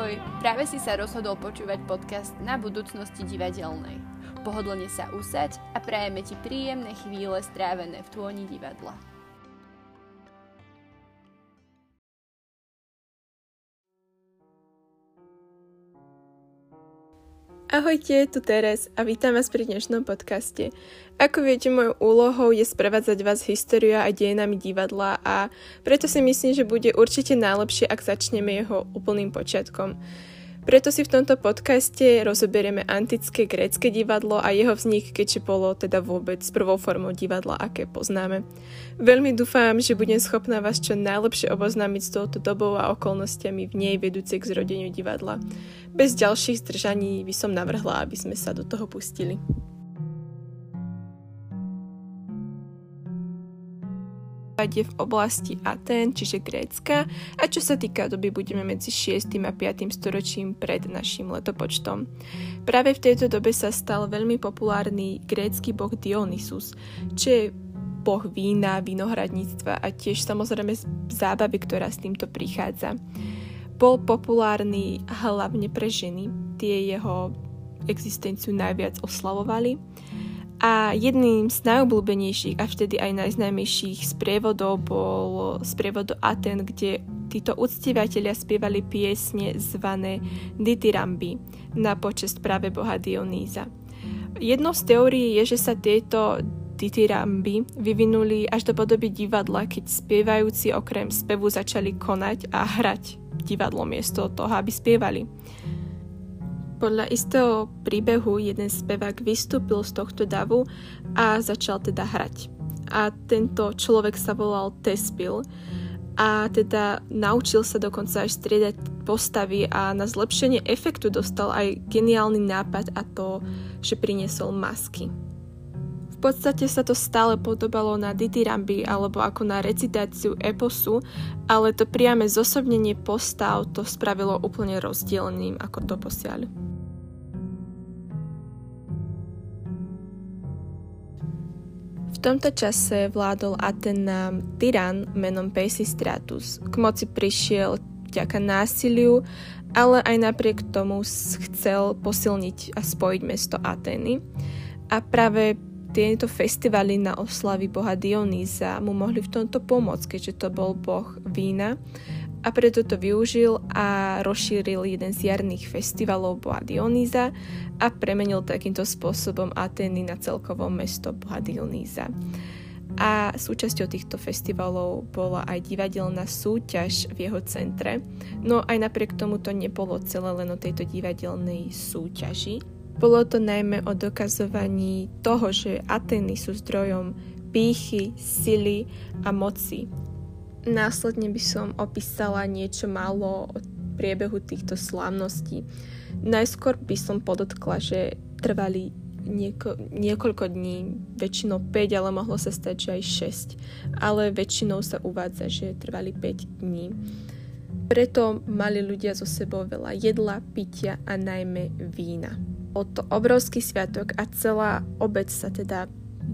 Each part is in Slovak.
Ahoj, práve si sa rozhodol počúvať podcast Na budúcnosti divadelnej. Pohodlne sa usaď a prajeme ti príjemné chvíle strávené v tôni divadla. Ahojte, tu Teres a vítam vás pri dnešnom podcaste. Ako viete, mojou úlohou je sprevádzať vás históriou a dejinami divadla a preto si myslím, že bude určite najlepšie, ak začneme jeho úplným počiatkom. Preto si v tomto podcaste rozoberieme antické grécke divadlo a jeho vznik, keďže bolo teda vôbec prvou formou divadla, aké poznáme. Veľmi dúfam, že budem schopná vás čo najlepšie oboznámiť s touto dobou a okolnostiami v nej vedúcej k zrodeniu divadla. Bez ďalších zdržaní by som navrhla, aby sme sa do toho pustili. Je v oblasti Atén, čiže Grécka, a čo sa týka doby, budeme medzi 6. a 5. storočím pred našim letopočtom. Práve v tejto dobe sa stal veľmi populárny grécky boh Dionysus, čo je boh vína, vinohradníctva a tiež samozrejme zábavy, ktorá s týmto prichádza. Bol populárny hlavne pre ženy, tie jeho existenciu najviac oslavovali. A jedným z najobľúbenejších a vtedy aj najznámejších sprievodov bol sprievod do Aten, kde títo uctievateľia spievali piesne zvané Dithyramby na počesť práve boha Dionýza. Jednou z teórií je, že sa tieto Dithyramby vyvinuli až do podoby divadla, keď spievajúci okrem spevu začali konať a hrať divadlo miesto toho, aby spievali. Podľa istého príbehu jeden spevák vystúpil z tohto davu a začal teda hrať. A tento človek sa volal Thespil a teda naučil sa dokonca až striedať postavy a na zlepšenie efektu dostal aj geniálny nápad a to, že priniesol masky. V podstate sa to stále podobalo na Dithyramby alebo ako na recitáciu eposu, ale to priame zosobnenie postav to spravilo úplne rozdielným ako doposiaľ. V tomto čase vládol Atenám tyran menom Pisistratus. K moci prišiel vďaka násiliu, ale aj napriek tomu chcel posilniť a spojiť mesto Atény. A práve tieto festivaly na oslavy boha Dionýza mu mohli v tomto pomôcť, keďže to bol boh vína. A preto to využil a rozšíril jeden z jarných festivalov boha Dionýza a premenil takýmto spôsobom Atény na celkovo mesto boha Dionýza. A súčasťou týchto festivalov bola aj divadelná súťaž v jeho centre, no aj napriek tomu to nebolo celé len o tejto divadelnej súťaži. Bolo to najmä o dokazovaní toho, že Atény sú zdrojom pýchy, sily a moci. Následne by som opísala niečo málo o priebehu týchto slávností. Najskôr by som podotkla, že trvali niekoľko dní, väčšinou 5, ale mohlo sa stať, že aj 6. Ale väčšinou sa uvádza, že trvali 5 dní. Preto mali ľudia so sebou veľa jedla, pitia a najmä vína. Bol to obrovský sviatok a celá obec sa teda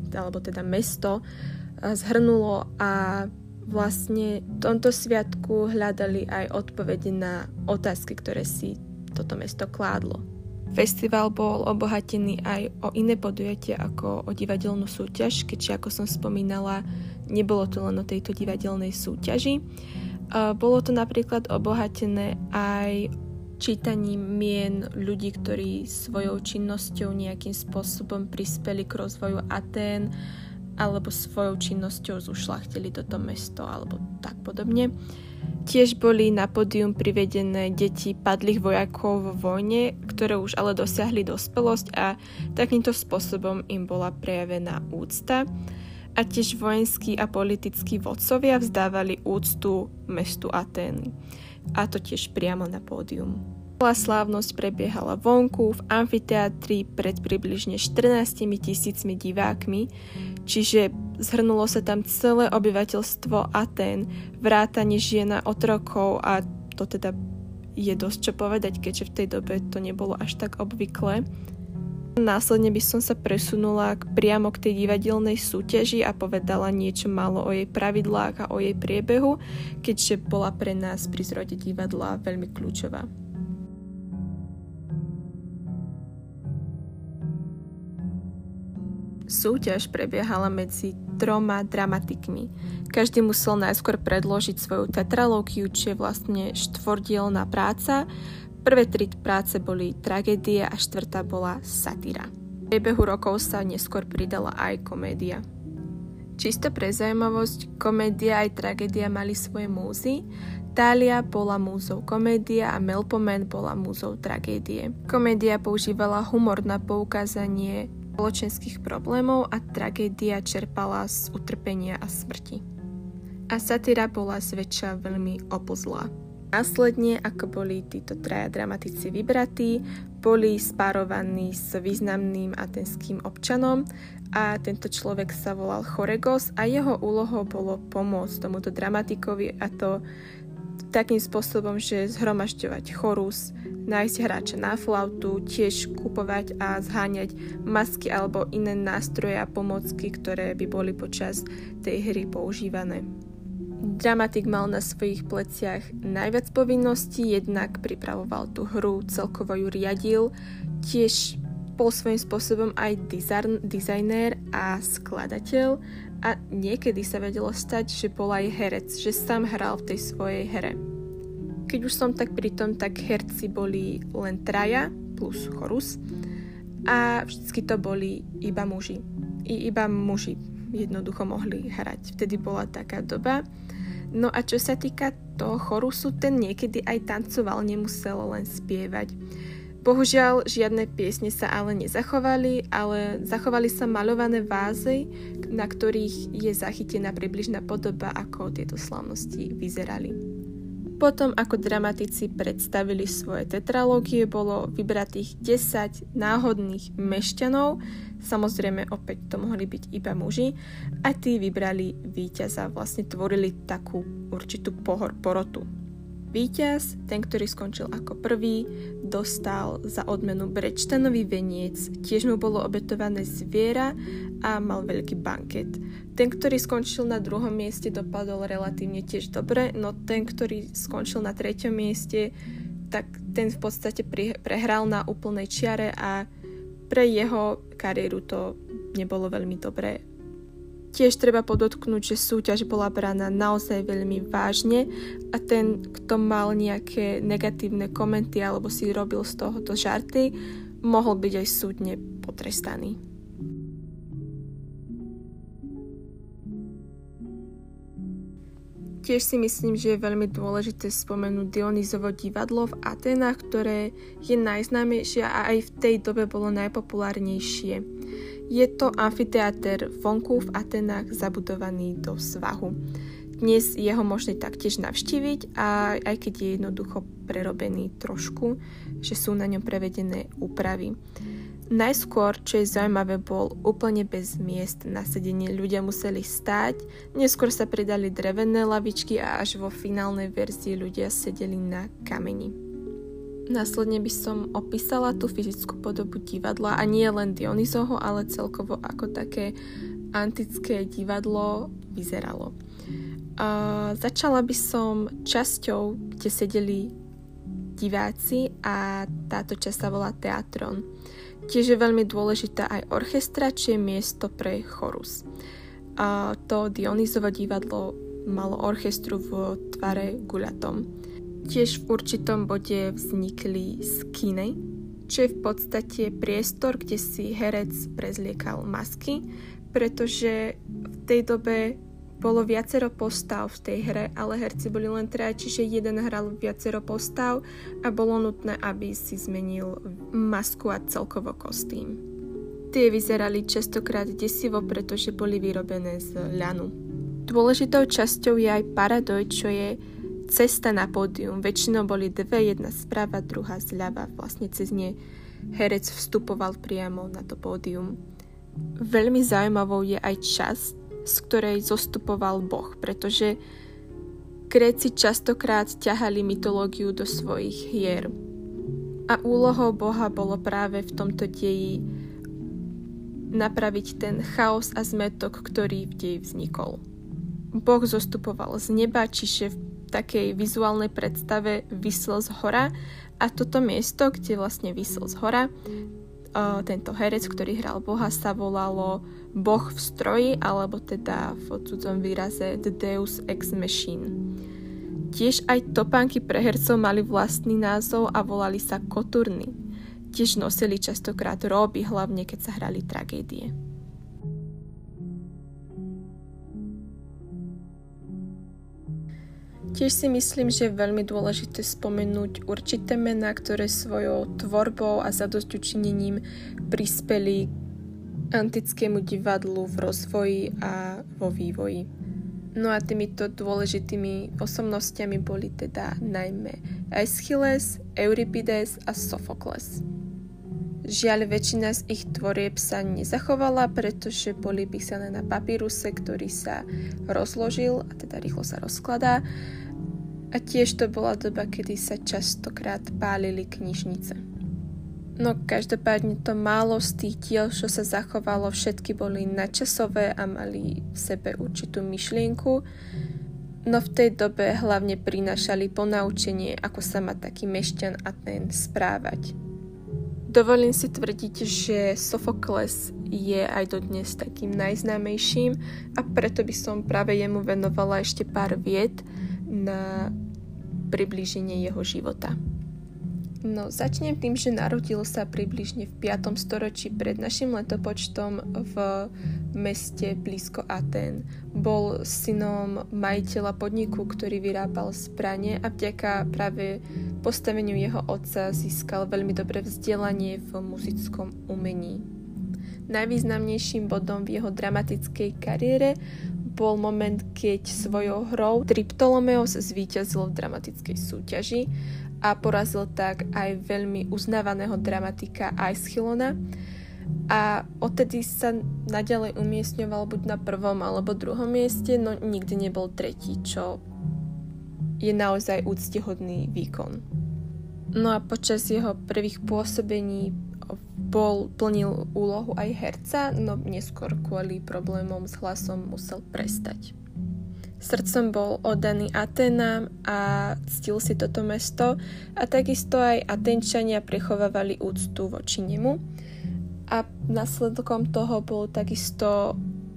mesto zhrnulo a vlastne v tomto sviatku hľadali aj odpovede na otázky, ktoré si toto mesto kládlo. Festival bol obohatený aj o iné podujatia ako o divadelnú súťaž, keďže ako som spomínala, nebolo to len o tejto divadelnej súťaži. Bolo to napríklad obohatené aj čítaním mien ľudí, ktorí svojou činnosťou nejakým spôsobom prispeli k rozvoju Atén, alebo svojou činnosťou zušľachtili toto mesto, alebo tak podobne. Tiež boli na pódium privedené deti padlých vojakov vo vojne, ktoré už ale dosiahli dospelosť a takýmto spôsobom im bola prejavená úcta. A tiež vojenskí a politickí vodcovia vzdávali úctu mestu Atény. A to tiež priamo na pódium. Celá slávnosť prebiehala vonku v amfiteátri pred približne 14 000 divákmi, čiže zhrnulo sa tam celé obyvateľstvo Atén, vrátane žien a otrokov a to teda je dosť čo povedať, keďže v tej dobe to nebolo až tak obvyklé. Následne by som sa presunula priamo k tej divadelnej súťaži a povedala niečo málo o jej pravidlách a o jej priebehu, keďže bola pre nás pri zrode divadla veľmi kľúčová. Súťaž prebiehala medzi 3 dramatikmi. Každý musel najskôr predložiť svoju tetralógiu, čo je vlastne 4-dielna práca. Prvé 3 práce boli tragédie a 4. bola satíra. V priebehu rokov sa neskôr pridala aj komédia. Čisto pre zaujímavosť, komédia aj tragédia mali svoje múzy. Thalia bola múzou komédie a Melpomene bola múzou tragédie. Komédia používala humor na poukázanie spoločenských problémov a tragédia čerpala z utrpenia a smrti. A satíra bola zväčša veľmi oplzlá. Následne, ako boli títo 3 dramatici vybratí, boli spárovaní s významným aténskym občanom a tento človek sa volal Choregos a jeho úlohou bolo pomôcť tomuto dramatikovi, a to takým spôsobom, že zhromažďovať chorus, nájsť hráča na flautu, tiež kupovať a zháňať masky alebo iné nástroje a pomocky, ktoré by boli počas tej hry používané. Dramatik mal na svojich pleciach najviac povinností, jednak pripravoval tú hru, celkovo ju riadil, tiež bol svojím spôsobom aj dizajnér a skladateľ a niekedy sa vedelo stať, že bol aj herec, že sám hral v tej svojej hre. Keď už som tak pri tom, tak herci boli len 3 plus chorus a vždycky to boli iba muži. Iba muži jednoducho mohli hrať. Vtedy bola taká doba. No a čo sa týka toho chorusu, ten niekedy aj tancoval, nemusel len spievať. Bohužiaľ, žiadne piesne sa ale nezachovali, ale zachovali sa maľované vázy, na ktorých je zachytená približná podoba, ako tieto slávnosti vyzerali. Potom, ako dramatici predstavili svoje tetralógie, bolo vybratých 10 náhodných mešťanov, samozrejme opäť to mohli byť iba muži, a tí vybrali víťaza, vlastne tvorili takú určitú porotu. Víťaz, ten, ktorý skončil ako prvý, dostal za odmenu brečtanový veniec, tiež mu bolo obetované zviera a mal veľký banket. Ten, ktorý skončil na 2. mieste, dopadol relatívne tiež dobre, no ten, ktorý skončil na 3. mieste, tak ten v podstate prehral na úplnej čiare a pre jeho kariéru to nebolo veľmi dobré. Tiež treba podotknúť, že súťaž bola braná naozaj veľmi vážne a ten, kto mal nejaké negatívne komenty alebo si robil z tohoto žarty, mohol byť aj súdne potrestaný. Tiež si myslím, že je veľmi dôležité spomenúť Dionyzovo divadlo v Aténach, ktoré je najznámejšie a aj v tej dobe bolo najpopulárnejšie. Je to amfiteáter vonku v Atenách zabudovaný do svahu. Dnes je ho možné taktiež navštíviť, a aj keď je jednoducho prerobený trošku, že sú na ňom prevedené úpravy. Najskôr, čo je zaujímavé, bol úplne bez miest na sedenie. Ľudia museli stáť, neskôr sa pridali drevené lavičky a až vo finálnej verzii ľudia sedeli na kameni. Následne by som opísala tú fyzickú podobu divadla a nie len Dionyzovho, ale celkovo ako také antické divadlo vyzeralo. Začala by som časťou, kde sedeli diváci a táto časť sa volá teatron. Tiež je veľmi dôležitá aj orchestra, čo je miesto pre chorus. To Dionyzovo divadlo malo orchestru v tvare guľatom. Tiež v určitom bode vznikli skiny, čo je v podstate priestor, kde si herec prezliekal masky, pretože v tej dobe bolo viacero postav v tej hre, ale herci boli len 3, čiže jeden hral viacero postav a bolo nutné, aby si zmenil masku a celkovo kostým. Tie vyzerali častokrát desivo, pretože boli vyrobené z ľanu. Dôležitou časťou je aj paradoj, čo je cesta na pódium. Väčšinou boli 2, jedna správa, druhá zľava. Vlastne cez ne herec vstupoval priamo na to pódium. Veľmi zaujímavou je aj časť, z ktorej zostupoval Boh, pretože Gréci častokrát ťahali mytológiu do svojich hier. A úlohou Boha bolo práve v tomto deji napraviť ten chaos a zmätok, ktorý v deji vznikol. Boh zostupoval z neba, čiže v takej vizuálnej predstave visel z hora a toto miesto, kde vlastne visel z hora, Tento herec, ktorý hral Boha, sa volalo Boh v stroji, alebo teda v cudzom výraze The Deus Ex Machine. Tiež aj topánky pre hercov mali vlastný názov a volali sa koturny. Tiež nosili častokrát róby, hlavne keď sa hrali tragédie. Tiež si myslím, že je veľmi dôležité spomenúť určité mená, ktoré svojou tvorbou a zadosťučinením prispeli k antickému divadlu v rozvoji a vo vývoji. No a týmito dôležitými osobnostiami boli teda najmä Aeschylus, Euripides a Sofokles. Žiaľ, väčšina z ich tvorieb sa nezachovala, pretože boli písané na papíruse, ktorý sa rozložil a teda rýchlo sa rozkladá. A tiež to bola doba, kedy sa častokrát pálili knižnice. No každopádne to málo z tých diel, čo sa zachovalo, všetky boli nadčasové a mali v sebe určitú myšlienku. No v tej dobe hlavne prinášali ponaučenie, ako sa má taký mešťan Atén správať. Dovolím si tvrdiť, že Sofokles je aj dodnes takým najznámejším a preto by som práve jemu venovala ešte pár vied na priblíženie jeho života. No, začnem tým, že narodil sa približne v 5. storočí pred našim letopočtom v meste blízko Atén. Bol synom majiteľa podniku, ktorý vyrábal zbrane a vďaka práve postaveniu jeho otca získal veľmi dobré vzdelanie v muzickom umení. Najvýznamnejším bodom v jeho dramatickej kariére bol moment, keď svojou hrou Triptolomeos zvíťazil v dramatickej súťaži a porazil tak aj veľmi uznávaného dramatika Aeschylona a odtedy sa naďalej umiestňoval buď na 1. alebo 2. mieste, no nikdy nebol tretí, čo je naozaj úctihodný výkon. No a počas jeho prvých pôsobení plnil úlohu aj herca, no neskôr kvôli problémom s hlasom musel prestať. Srdcom bol oddaný Aténám a ctil si toto mesto a takisto aj Aténčania prechovávali úctu voči nemu a následkom toho bol takisto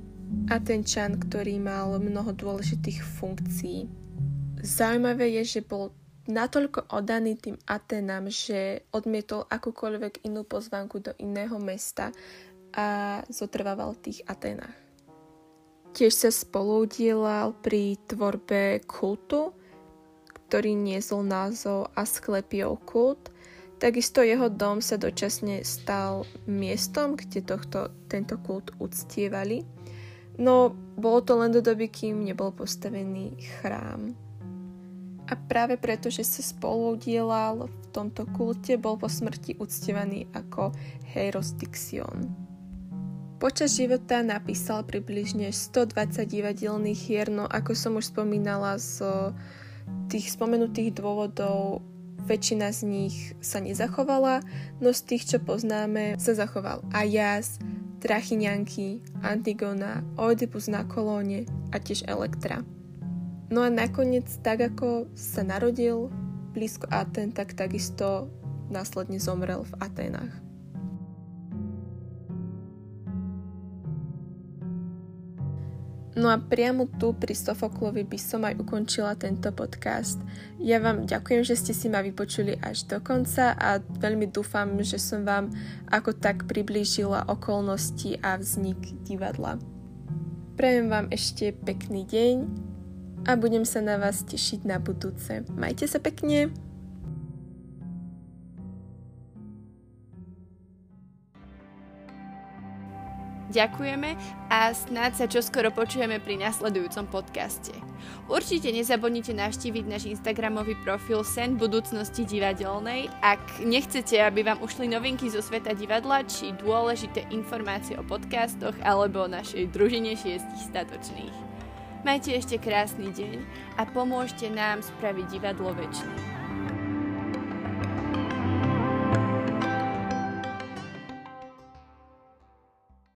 Aténčan, ktorý mal mnoho dôležitých funkcií. Zaujímavé je, že bol natoľko oddaný tým Aténám, že odmietol akúkoľvek inú pozvánku do iného mesta a zotrvával v tých Aténach. Tiež sa spoluudielal pri tvorbe kultu, ktorý niesol názov Asklepiov kult. Takisto jeho dom sa dočasne stal miestom, kde tento kult uctievali. No, bolo to len do doby, kým nebol postavený chrám. A práve preto, že sa spoluudielal v tomto kulte, bol po smrti uctievaný ako Heiros Dixion. Počas života napísal približne 120 divadelných hier, no ako som už spomínala, z tých spomenutých dôvodov väčšina z nich sa nezachovala, no z tých, čo poznáme, sa zachoval Ajas, Trachyňanky, Antigona, Oedipus na Kolóne a tiež Elektra. No a nakoniec, tak ako sa narodil blízko Atén, tak takisto následne zomrel v Aténach. No a priamo tu pri Sofoklovi by som aj ukončila tento podcast. Ja vám ďakujem, že ste si ma vypočuli až do konca a veľmi dúfam, že som vám ako tak priblížila okolnosti a vznik divadla. Prajem vám ešte pekný deň a budem sa na vás tešiť na budúce. Majte sa pekne! Ďakujeme a snáď sa čoskoro počujeme pri nasledujúcom podcaste. Určite nezabudnite navštíviť náš instagramový profil Sen budúcnosti divadelnej, ak nechcete, aby vám ušli novinky zo sveta divadla či dôležité informácie o podcastoch alebo o našej družine 6 statočných. Majte ešte krásny deň a pomôžte nám spraviť divadlo večné.